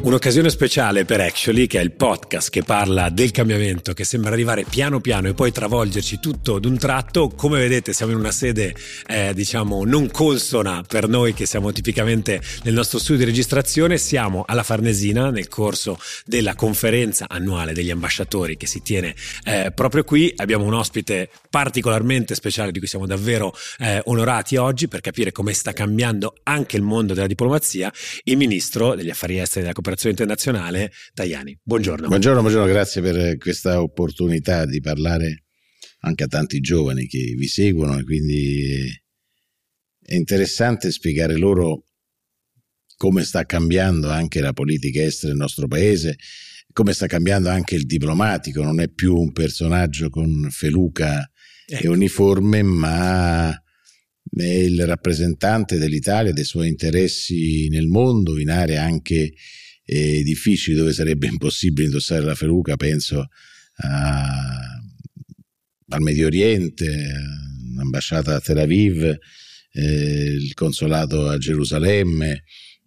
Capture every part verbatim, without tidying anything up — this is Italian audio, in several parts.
Un'occasione speciale per Actually, che è il podcast che parla del cambiamento, che sembra arrivare piano piano e poi travolgerci tutto d'un tratto. Come vedete siamo in una sede eh, diciamo non consona per noi che siamo tipicamente nel nostro studio di registrazione. Siamo alla Farnesina nel corso della conferenza annuale degli ambasciatori che si tiene eh, proprio qui. Abbiamo un ospite particolarmente speciale di cui siamo davvero eh, onorati oggi, per capire come sta cambiando anche il mondo della diplomazia, il ministro degli affari esteri e della cooperazione internazionale Tajani. Buongiorno. Buongiorno, buongiorno, grazie per questa opportunità di parlare anche a tanti giovani che vi seguono, e quindi è interessante spiegare loro come sta cambiando anche la politica estera del nostro paese, come sta cambiando anche il diplomatico. Non è più un personaggio con feluca ecco. e uniforme, ma è il rappresentante dell'Italia, dei suoi interessi nel mondo, in aree anche eh, difficili dove sarebbe impossibile indossare la feluca. Penso a, al Medio Oriente, l'ambasciata a Tel Aviv, eh, il consolato a Gerusalemme.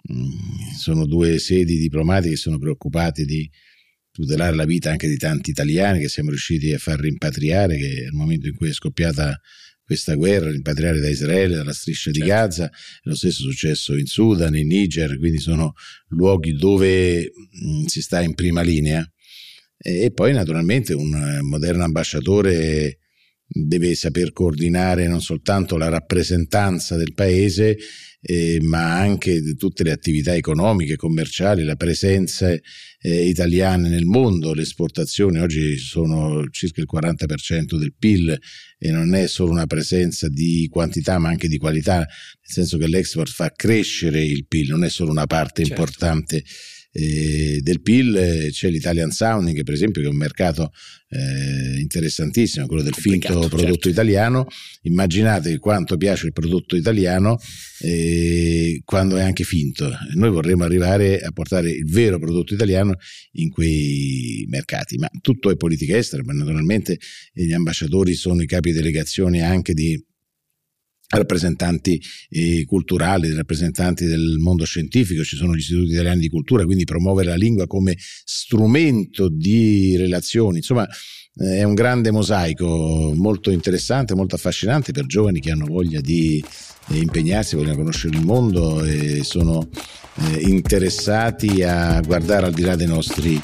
Sono due sedi diplomatiche che sono preoccupati di tutelare la vita anche di tanti italiani che siamo riusciti a far rimpatriare, che al momento in cui è scoppiata questa guerra, rimpatriare da Israele, dalla striscia di certo. Gaza. Lo stesso è successo in Sudan, in Niger, quindi sono luoghi dove mh, si sta in prima linea. E, e poi naturalmente un moderno ambasciatore deve saper coordinare non soltanto la rappresentanza del paese, eh, ma anche tutte le attività economiche, commerciali, la presenza eh, italiana nel mondo, le esportazioni. Oggi sono circa il quaranta per cento del P I L, e non è solo una presenza di quantità ma anche di qualità, nel senso che l'export fa crescere il P I L, non è solo una parte certo. importante eh, del P I L. C'è l'Italian Sounding, per esempio, che è un mercato eh, interessantissimo, quello del finto prodotto certo. italiano. Immaginate quanto piace il prodotto italiano eh, quando è anche finto. Noi vorremmo arrivare a portare il vero prodotto italiano in quei mercati, ma tutto è politica estera. Ma naturalmente gli ambasciatori sono i capi delegazione anche di rappresentanti eh, culturali, rappresentanti del mondo scientifico. Ci sono gli istituti italiani di cultura, quindi promuovere la lingua come strumento di relazioni. Insomma, eh, è un grande mosaico molto interessante, molto affascinante per giovani che hanno voglia di eh, impegnarsi, vogliono conoscere il mondo e sono eh, interessati a guardare al di là dei nostri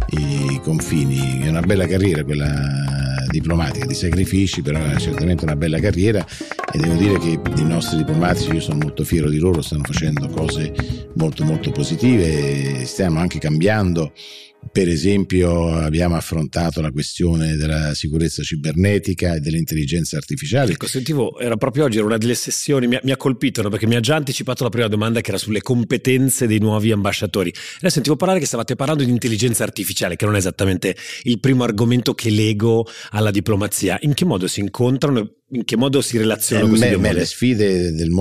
eh, confini. È una bella carriera quella diplomatica, di sacrifici, però è certamente una bella carriera, e devo dire che i nostri diplomatici, io sono molto fiero di loro, stanno facendo cose molto molto positive. Stiamo anche cambiando. Per esempio abbiamo affrontato la questione della sicurezza cibernetica e dell'intelligenza artificiale. Ecco, sentivo, era proprio oggi, era una delle sessioni, mi ha, mi ha colpito, no? Perché mi ha già anticipato la prima domanda, che era sulle competenze dei nuovi ambasciatori. Adesso sentivo parlare che stavate parlando di intelligenza artificiale, che non è esattamente il primo argomento che lego alla diplomazia. In che modo si incontrano? In che modo si relazionano eh, questi me, due mondi? Le sfide del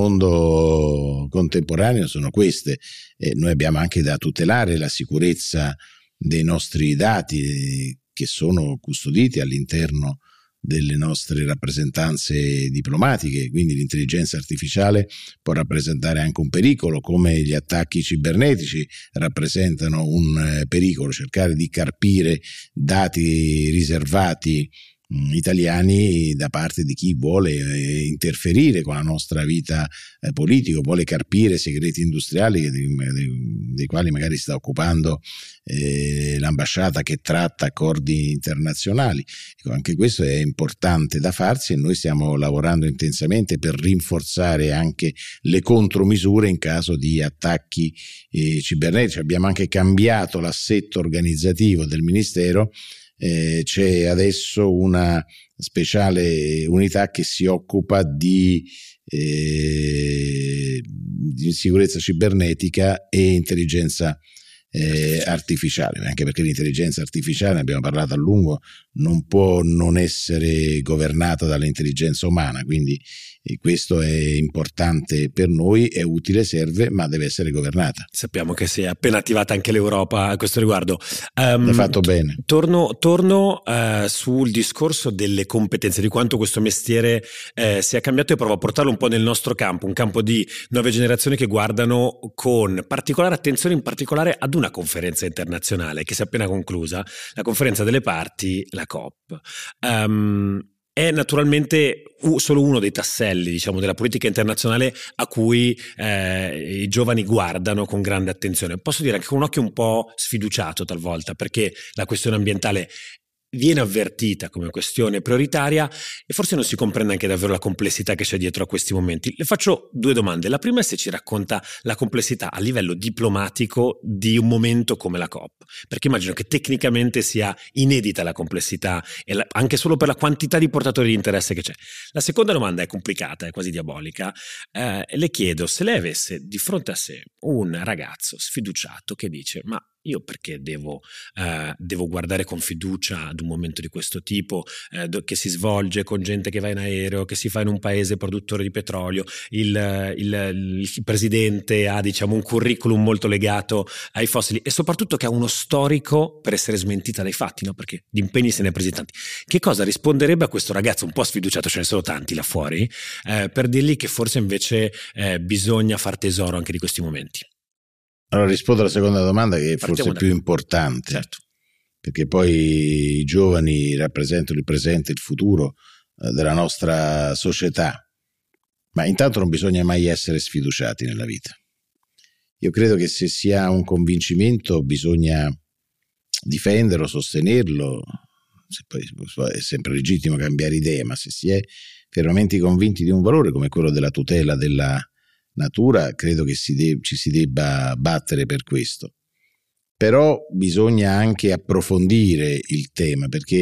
mondo contemporaneo sono queste. Eh, noi abbiamo anche da tutelare la sicurezza dei nostri dati, che sono custoditi all'interno delle nostre rappresentanze diplomatiche, quindi l'intelligenza artificiale può rappresentare anche un pericolo, come gli attacchi cibernetici rappresentano un pericolo. Cercare di carpire dati riservati italiani da parte di chi vuole eh, interferire con la nostra vita eh, politica, vuole carpire segreti industriali dei, dei, dei quali magari si sta occupando eh, l'ambasciata che tratta accordi internazionali. Ecco, anche questo è importante da farsi, e noi stiamo lavorando intensamente per rinforzare anche le contromisure in caso di attacchi eh, cibernetici. Abbiamo anche cambiato l'assetto organizzativo del Ministero. Eh, c'è adesso una speciale unità che si occupa di, eh, di sicurezza cibernetica e intelligenza eh, artificiale, anche perché l'intelligenza artificiale, ne abbiamo parlato a lungo, non può non essere governata dall'intelligenza umana, quindi e questo è importante per noi, è utile, serve, ma deve essere governata. Sappiamo che si è appena attivata anche l'Europa a questo riguardo. Um, L'ha fatto bene. Torno, torno uh, sul discorso delle competenze, di quanto questo mestiere eh, sia cambiato, e provo a portarlo un po' nel nostro campo, un campo di nuove generazioni che guardano con particolare attenzione in particolare ad una conferenza internazionale che si è appena conclusa, la conferenza delle parti, la COP. Um, È naturalmente solo uno dei tasselli, diciamo, della politica internazionale a cui eh, i giovani guardano con grande attenzione. Posso dire anche con un occhio un po' sfiduciato talvolta, perché la questione ambientale viene avvertita come questione prioritaria e forse non si comprende anche davvero la complessità che c'è dietro a questi momenti. Le faccio due domande. La prima è se ci racconta la complessità a livello diplomatico di un momento come la COP, perché immagino che tecnicamente sia inedita la complessità e la, anche solo per la quantità di portatori di interesse che c'è. La seconda domanda è complicata, è quasi diabolica. Eh, le chiedo se lei avesse di fronte a sé un ragazzo sfiduciato che dice: ma io perché devo, eh, devo guardare con fiducia ad un momento di questo tipo, eh, che si svolge con gente che va in aereo, che si fa in un paese produttore di petrolio, il, il, il presidente ha, diciamo, un curriculum molto legato ai fossili e soprattutto che ha uno storico per essere smentita dai fatti, no? Perché di impegni se ne ha presi tanti. Che cosa risponderebbe a questo ragazzo un po' sfiduciato, ce ne sono tanti là fuori, eh, per dirgli che forse invece eh, bisogna far tesoro anche di questi momenti? Allora rispondo alla seconda domanda, che è Partiamo forse da più qui. importante, Certo. perché poi i giovani rappresentano il presente e il futuro eh, della nostra società, ma intanto non bisogna mai essere sfiduciati nella vita. Io credo che se si ha un convincimento bisogna difenderlo, sostenerlo, se poi è sempre legittimo cambiare idea, ma se si è fermamente convinti di un valore come quello della tutela della natura, credo che si de- ci si debba battere per questo. Però bisogna anche approfondire il tema, perché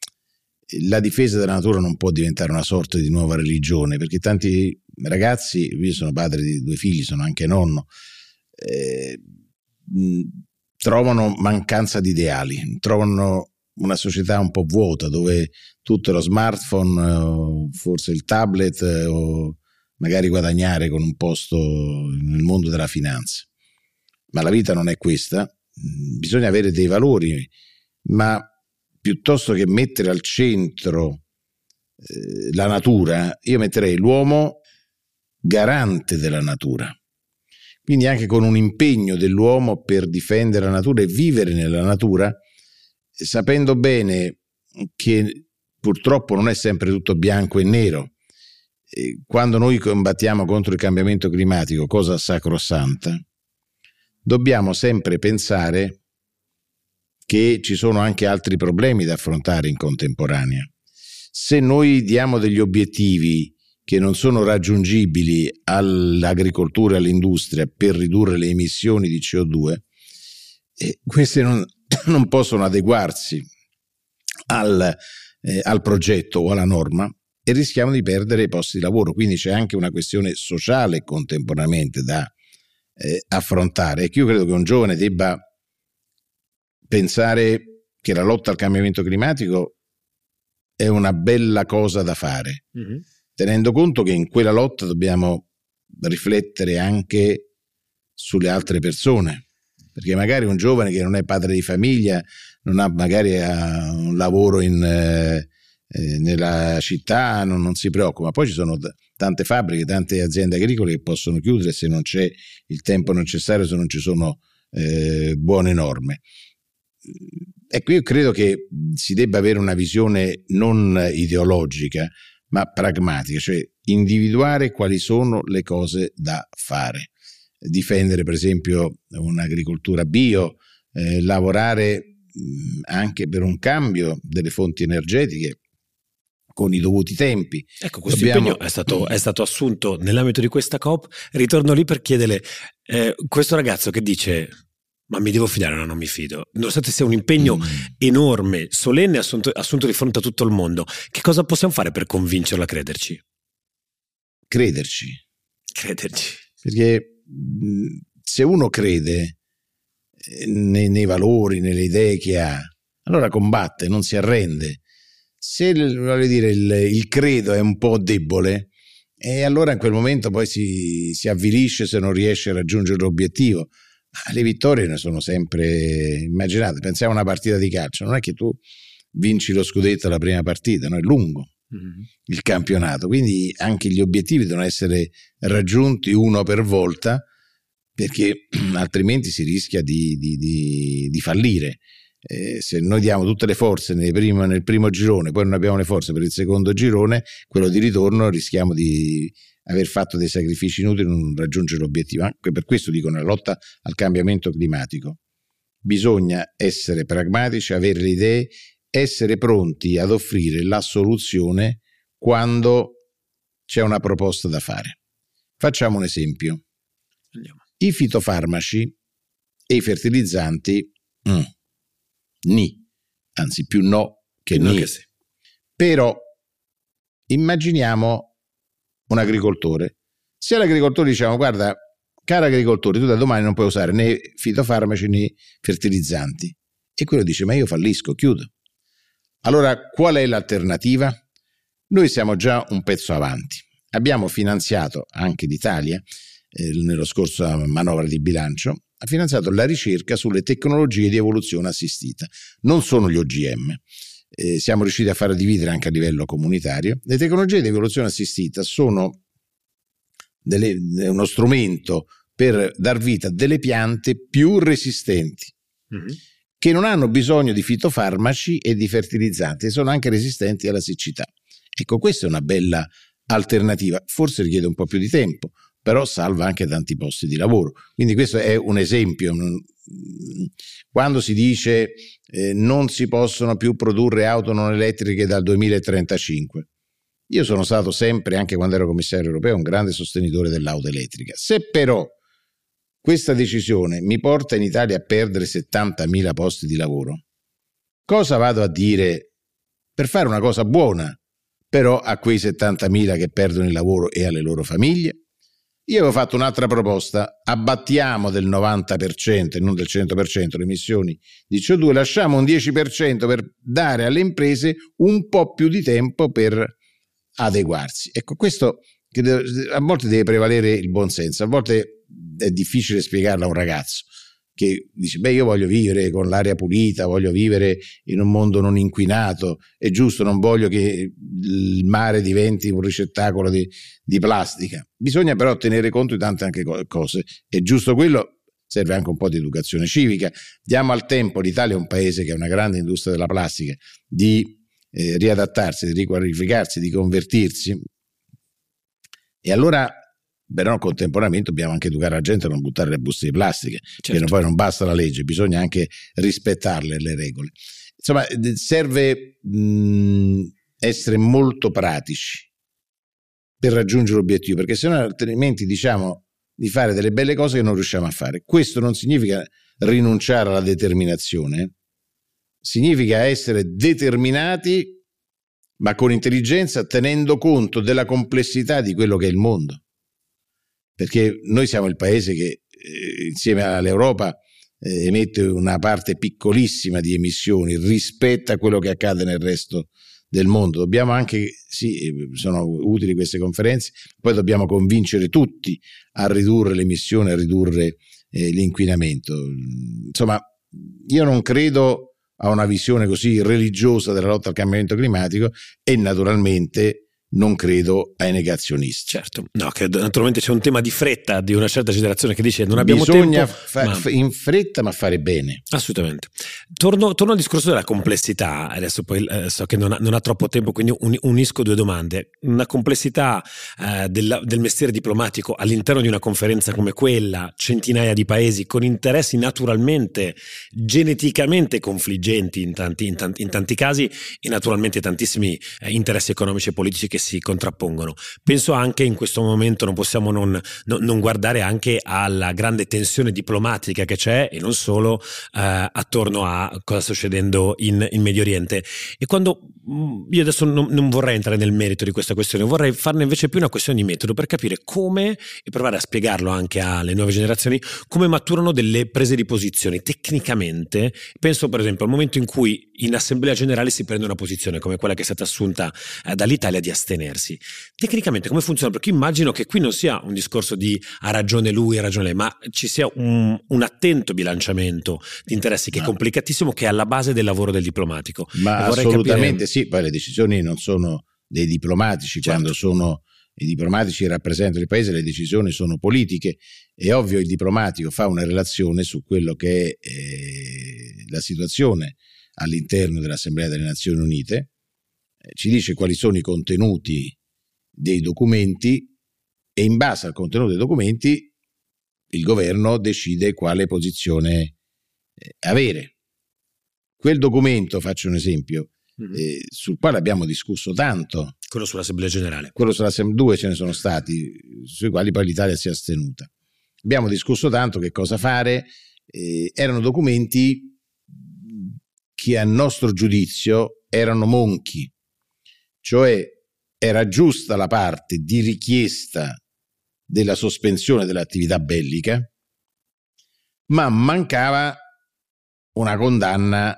la difesa della natura non può diventare una sorta di nuova religione, perché tanti ragazzi, io sono padre di due figli, sono anche nonno, eh, mh, trovano mancanza di ideali, trovano una società un po' vuota dove tutto è lo smartphone, forse il tablet, o magari guadagnare con un posto nel mondo della finanza. Ma la vita non è questa, bisogna avere dei valori, ma piuttosto che mettere al centro eh, la natura, io metterei l'uomo garante della natura. Quindi anche con un impegno dell'uomo per difendere la natura e vivere nella natura, sapendo bene che purtroppo non è sempre tutto bianco e nero. Quando noi combattiamo contro il cambiamento climatico, cosa sacrosanta, dobbiamo sempre pensare che ci sono anche altri problemi da affrontare in contemporanea. Se noi diamo degli obiettivi che non sono raggiungibili all'agricoltura e all'industria per ridurre le emissioni di C O due, eh, queste non, non possono adeguarsi al, eh, al progetto o alla norma, e rischiamo di perdere i posti di lavoro. Quindi c'è anche una questione sociale contemporaneamente da eh, affrontare, e io credo che un giovane debba pensare che la lotta al cambiamento climatico è una bella cosa da fare, mm-hmm. tenendo conto che in quella lotta dobbiamo riflettere anche sulle altre persone, perché magari un giovane che non è padre di famiglia, non ha magari ha un lavoro in eh, Eh, nella città, non, non si preoccupa. Poi ci sono t- tante fabbriche, tante aziende agricole che possono chiudere se non c'è il tempo necessario, se non ci sono eh, buone norme. Ecco, io credo che si debba avere una visione non ideologica ma pragmatica, cioè individuare quali sono le cose da fare, difendere per esempio un'agricoltura bio, eh, lavorare mh, anche per un cambio delle fonti energetiche con i dovuti tempi. Ecco, questo Dobbiamo... impegno è stato, è stato assunto nell'ambito di questa COP. Ritorno lì per chiederle, eh, questo ragazzo che dice: ma mi devo fidare o no, non mi fido, nonostante sia un impegno mm. enorme, solenne, assunto, assunto di fronte a tutto il mondo, che cosa possiamo fare per convincerlo a crederci? Crederci. Crederci. Perché se uno crede nei, nei valori, nelle idee che ha, allora combatte, non si arrende. Se voglio dire, il, il credo è un po' debole, e allora in quel momento poi si, si avvilisce se non riesce a raggiungere l'obiettivo. Ma le vittorie ne sono sempre immaginate. Pensiamo a una partita di calcio, non è che tu vinci lo scudetto alla prima partita, no? È lungo mm-hmm. il campionato, quindi anche gli obiettivi devono essere raggiunti uno per volta perché altrimenti si rischia di, di, di, di fallire. Eh, se noi diamo tutte le forze nel primo, nel primo girone, poi non abbiamo le forze per il secondo girone, quello di ritorno rischiamo di aver fatto dei sacrifici inutili e non raggiungere l'obiettivo. Anche per questo dico, nella lotta al cambiamento climatico bisogna essere pragmatici, avere le idee, essere pronti ad offrire la soluzione quando c'è una proposta da fare. Facciamo un esempio. Andiamo. I fitofarmaci e i fertilizzanti mm, ni, anzi più no che no ni. Che sì. Però immaginiamo un agricoltore. Se all'agricoltore diciamo: guarda, caro agricoltore, tu da domani non puoi usare né fitofarmaci né fertilizzanti, e quello dice: ma io fallisco, chiudo. Allora qual è l'alternativa? Noi siamo già un pezzo avanti. Abbiamo finanziato, anche l'Italia, eh, nello scorso manovra di bilancio, ha finanziato la ricerca sulle tecnologie di evoluzione assistita. Non sono gli O G M. Eh, siamo riusciti a fare dividere anche a livello comunitario. Le tecnologie di evoluzione assistita sono delle, uno strumento per dar vita a delle piante più resistenti, mm-hmm. che non hanno bisogno di fitofarmaci e di fertilizzanti, e sono anche resistenti alla siccità. Ecco, questa è una bella alternativa, forse richiede un po' più di tempo, però salva anche tanti posti di lavoro. Quindi questo è un esempio. Quando si dice eh, non si possono più produrre auto non elettriche dal duemilatrentacinque, io sono stato sempre, anche quando ero commissario europeo, un grande sostenitore dell'auto elettrica. Se però questa decisione mi porta in Italia a perdere settantamila posti di lavoro, cosa vado a dire per fare una cosa buona però a quei settantamila che perdono il lavoro e alle loro famiglie? Io avevo fatto un'altra proposta: abbattiamo del novanta per cento e non del cento per cento le emissioni di C O due, lasciamo un dieci per cento per dare alle imprese un po' più di tempo per adeguarsi. Ecco, questo a volte deve prevalere il buonsenso, a volte è difficile spiegarlo a un ragazzo che dice: beh, io voglio vivere con l'aria pulita, voglio vivere in un mondo non inquinato, è giusto, non voglio che il mare diventi un ricettacolo di, di plastica. Bisogna però tenere conto di tante anche cose, è giusto quello, serve anche un po' di educazione civica. Diamo al tempo, l'Italia è un paese che ha una grande industria della plastica, di eh, riadattarsi, di riqualificarsi, di convertirsi, e allora però contemporaneamente dobbiamo anche educare la gente a non buttare le buste di plastica, certo. Perché poi non basta la legge, bisogna anche rispettarle le regole. Insomma, serve mh, essere molto pratici per raggiungere l'obiettivo, perché se no altrimenti diciamo di fare delle belle cose che non riusciamo a fare. Questo non significa rinunciare alla determinazione, significa essere determinati ma con intelligenza, tenendo conto della complessità di quello che è il mondo. Perché noi siamo il paese che eh, insieme all'Europa eh, emette una parte piccolissima di emissioni rispetto a quello che accade nel resto del mondo. Dobbiamo anche, sì, sono utili queste conferenze, poi dobbiamo convincere tutti a ridurre le emissioni, a ridurre eh, l'inquinamento. Insomma, io non credo a una visione così religiosa della lotta al cambiamento climatico e naturalmente non credo ai negazionisti. Certo, no, che naturalmente c'è un tema di fretta di una certa generazione che dice non abbiamo bisogna tempo, fa- ma... in fretta ma fare bene. Assolutamente. Torno, torno al discorso della complessità, adesso poi eh, so che non ha, non ha troppo tempo, quindi un, unisco due domande. Una complessità eh, del, del mestiere diplomatico all'interno di una conferenza come quella, centinaia di paesi con interessi naturalmente geneticamente confliggenti in tanti, in tanti, in tanti casi, e naturalmente tantissimi eh, interessi economici e politici che si contrappongono. Penso anche in questo momento non possiamo non, non, non guardare anche alla grande tensione diplomatica che c'è, e non solo eh, attorno a cosa sta succedendo in, in Medio Oriente. E quando io adesso non, non vorrei entrare nel merito di questa questione, vorrei farne invece più una questione di metodo, per capire come, e provare a spiegarlo anche alle nuove generazioni, come maturano delle prese di posizione tecnicamente. Penso per esempio al momento in cui in Assemblea Generale si prende una posizione come quella che è stata assunta eh, dall'Italia di astenersi. Tecnicamente come funziona? Perché immagino che qui non sia un discorso di ha ragione lui, ha ragione lei, ma ci sia un, un attento bilanciamento di interessi che no. è complicatissimo, che è alla base del lavoro del diplomatico. Ma assolutamente capire... sì, poi le decisioni non sono dei diplomatici, certo. Quando sono i diplomatici rappresentano il paese, le decisioni sono politiche. È ovvio, il diplomatico fa una relazione su quello che è eh, la situazione all'interno dell'Assemblea delle Nazioni Unite, eh, ci dice quali sono i contenuti dei documenti e in base al contenuto dei documenti il governo decide quale posizione eh, avere. Quel documento, faccio un esempio, mm-hmm. eh, sul quale abbiamo discusso tanto, quello sull'Assemblea Generale, quello sull'Assemblea, due ce ne sono stati, sui quali poi l'Italia si è astenuta. Abbiamo discusso tanto che cosa fare, eh, erano documenti che a nostro giudizio erano monchi, cioè era giusta la parte di richiesta della sospensione dell'attività bellica, ma mancava una condanna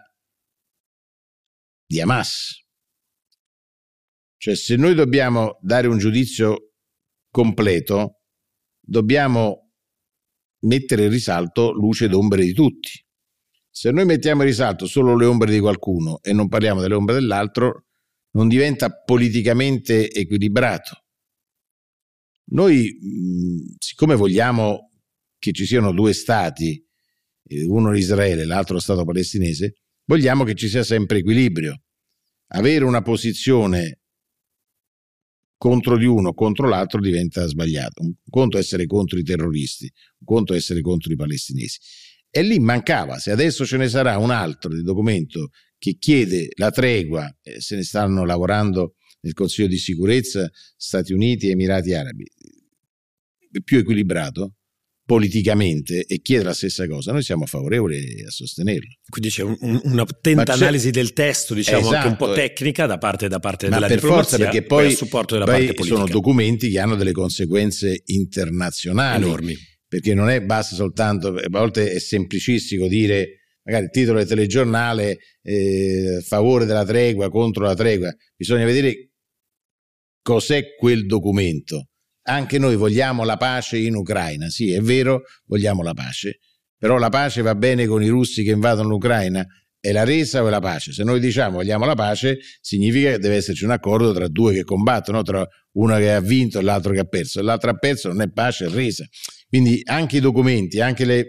di Hamas. Cioè, se noi dobbiamo dare un giudizio completo, dobbiamo mettere in risalto luce ed ombre di tutti. Se noi mettiamo in risalto solo le ombre di qualcuno e non parliamo delle ombre dell'altro, non diventa politicamente equilibrato. Noi, siccome vogliamo che ci siano due stati, uno Israele e l'altro Stato palestinese, vogliamo che ci sia sempre equilibrio. Avere una posizione contro di uno, contro l'altro diventa sbagliato. Un conto è essere contro i terroristi, un conto è essere contro i palestinesi. E lì mancava, se adesso ce ne sarà un altro di documento che chiede la tregua, eh, se ne stanno lavorando nel Consiglio di Sicurezza Stati Uniti e Emirati Arabi, più equilibrato politicamente e chiede la stessa cosa, noi siamo favorevoli a sostenerlo. Quindi c'è un, un, un'attenta analisi del testo, diciamo, esatto, anche un po' tecnica da parte, da parte ma della per diplomazia, forza, perché poi, a supporto della poi parte politica. Sono documenti che hanno delle conseguenze internazionali enormi, perché non è basta soltanto, a volte è semplicistico dire magari il titolo del telegiornale eh, favore della tregua, contro la tregua, bisogna vedere cos'è quel documento. Anche noi vogliamo la pace in Ucraina, sì, è vero, vogliamo la pace, però la pace va bene con i russi che invadono l'Ucraina? È la resa o è la pace? Se noi diciamo vogliamo la pace, significa che deve esserci un accordo tra due che combattono, tra uno che ha vinto e l'altro che ha perso, e l'altro ha perso, non è pace, è resa. Quindi anche i documenti, anche le,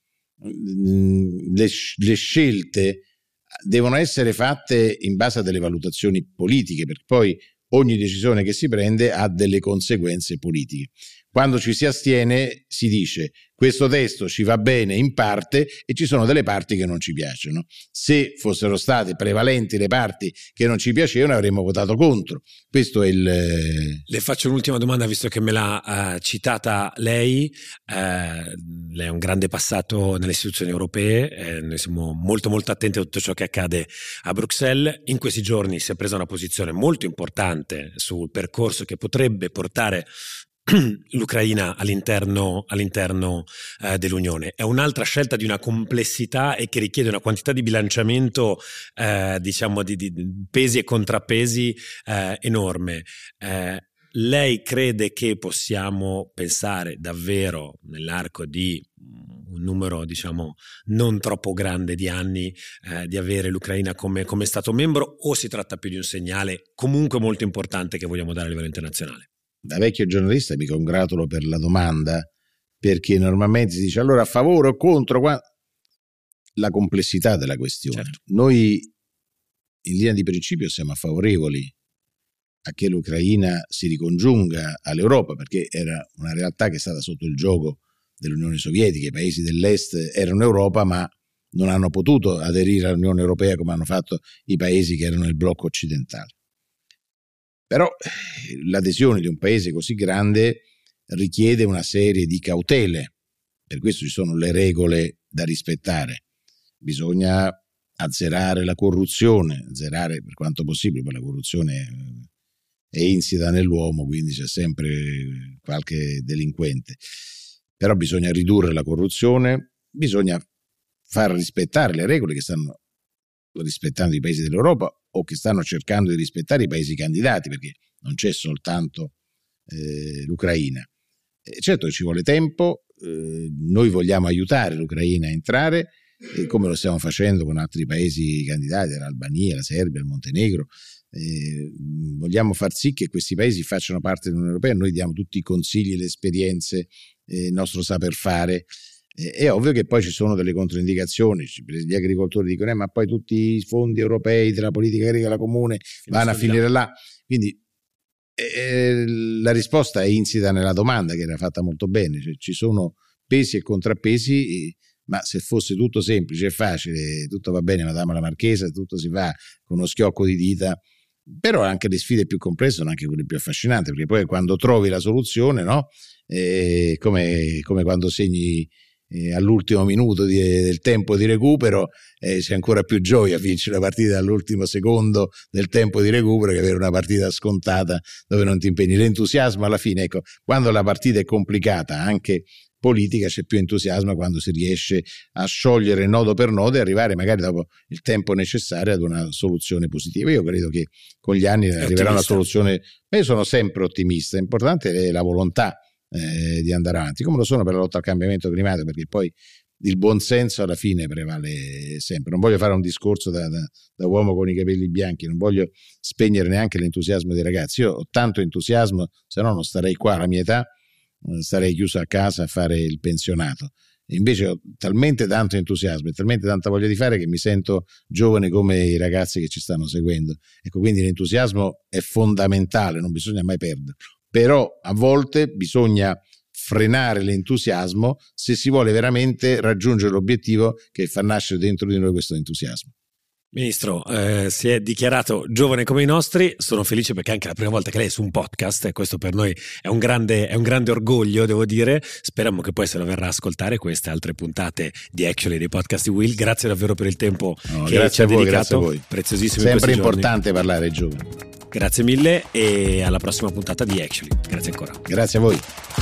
le, le scelte devono essere fatte in base a delle valutazioni politiche, perché poi ogni decisione che si prende ha delle conseguenze politiche. Quando ci si astiene si dice questo testo ci va bene in parte e ci sono delle parti che non ci piacciono. Se fossero state prevalenti le parti che non ci piacevano avremmo votato contro. Questo è il... Le faccio un'ultima domanda visto che me l'ha uh, citata lei. Uh, lei ha un grande passato nelle istituzioni europee, eh, noi siamo molto molto attenti a tutto ciò che accade a Bruxelles. In questi giorni si è presa una posizione molto importante sul percorso che potrebbe portare l'Ucraina all'interno, all'interno eh, dell'Unione. È un'altra scelta di una complessità e che richiede una quantità di bilanciamento, eh, diciamo, di, di pesi e contrappesi eh, enorme. Eh, lei crede che possiamo pensare davvero nell'arco di un numero, diciamo, non troppo grande di anni eh, di avere l'Ucraina come, come Stato membro, o si tratta più di un segnale comunque molto importante che vogliamo dare a livello internazionale? Da vecchio giornalista mi congratulo per la domanda, perché normalmente si dice allora a favore o contro, qua... la complessità della questione. Certo. Noi in linea di principio siamo favorevoli a che l'Ucraina si ricongiunga all'Europa, perché era una realtà che è stata sotto il gioco dell'Unione Sovietica. I paesi dell'est erano Europa ma non hanno potuto aderire all'Unione Europea come hanno fatto i paesi che erano nel blocco occidentale. Però l'adesione di un paese così grande richiede una serie di cautele, per questo ci sono le regole da rispettare. Bisogna azzerare la corruzione, azzerare per quanto possibile, perché la corruzione è insita nell'uomo, quindi c'è sempre qualche delinquente. Però bisogna ridurre la corruzione, bisogna far rispettare le regole che stanno rispettando i paesi dell'Europa o che stanno cercando di rispettare i paesi candidati, perché non c'è soltanto eh, l'Ucraina. Eh, certo ci vuole tempo, eh, noi vogliamo aiutare l'Ucraina a entrare, eh, come lo stiamo facendo con altri paesi candidati, l'Albania, la Serbia, il Montenegro, eh, vogliamo far sì che questi paesi facciano parte dell'Unione Europea, noi diamo tutti i consigli, le esperienze, eh, il nostro saper fare. Eh, è ovvio che poi ci sono delle controindicazioni, gli agricoltori dicono eh, ma poi tutti i fondi europei della politica agricola comune vanno a finire là, quindi eh, la risposta è insita nella domanda, che era fatta molto bene, cioè, ci sono pesi e contrappesi, eh, ma se fosse tutto semplice e facile, tutto va bene, Madama la Marchesa, tutto si fa con uno schiocco di dita. Però anche le sfide più complesse sono anche quelle più affascinanti, perché poi quando trovi la soluzione, no? Eh, come, come quando segni eh, all'ultimo minuto di, del tempo di recupero, eh, c'è ancora più gioia vincere la partita all'ultimo secondo del tempo di recupero che avere una partita scontata dove non ti impegni. L'entusiasmo alla fine, ecco, quando la partita è complicata, anche politica, c'è più entusiasmo quando si riesce a sciogliere nodo per nodo e arrivare magari dopo il tempo necessario ad una soluzione positiva. Io credo che con gli anni arriverà una soluzione, ma io sono sempre ottimista, è importante la volontà eh, di andare avanti, come lo sono per la lotta al cambiamento climatico, perché poi il buonsenso alla fine prevale sempre. Non voglio fare un discorso da, da, da uomo con i capelli bianchi, non voglio spegnere neanche l'entusiasmo dei ragazzi. Io ho tanto entusiasmo, se no non starei qua alla mia età, sarei chiuso a casa a fare il pensionato. Invece ho talmente tanto entusiasmo e talmente tanta voglia di fare che mi sento giovane come i ragazzi che ci stanno seguendo. Ecco, quindi l'entusiasmo è fondamentale, non bisogna mai perderlo, però a volte bisogna frenare l'entusiasmo se si vuole veramente raggiungere l'obiettivo che fa nascere dentro di noi questo entusiasmo. Ministro, eh, si è dichiarato giovane come i nostri, sono felice perché è anche la prima volta che lei è su un podcast e questo per noi è un grande, è un grande orgoglio, devo dire. Speriamo che poi se lo verrà a ascoltare queste altre puntate di Actually dei podcast di Will. Grazie davvero per il tempo no, che grazie ci ha a voi, dedicato, grazie a voi. Preziosissimo. Sempre importante parlare ai giovani. Grazie mille e alla prossima puntata di Actually. Grazie ancora. Grazie a voi.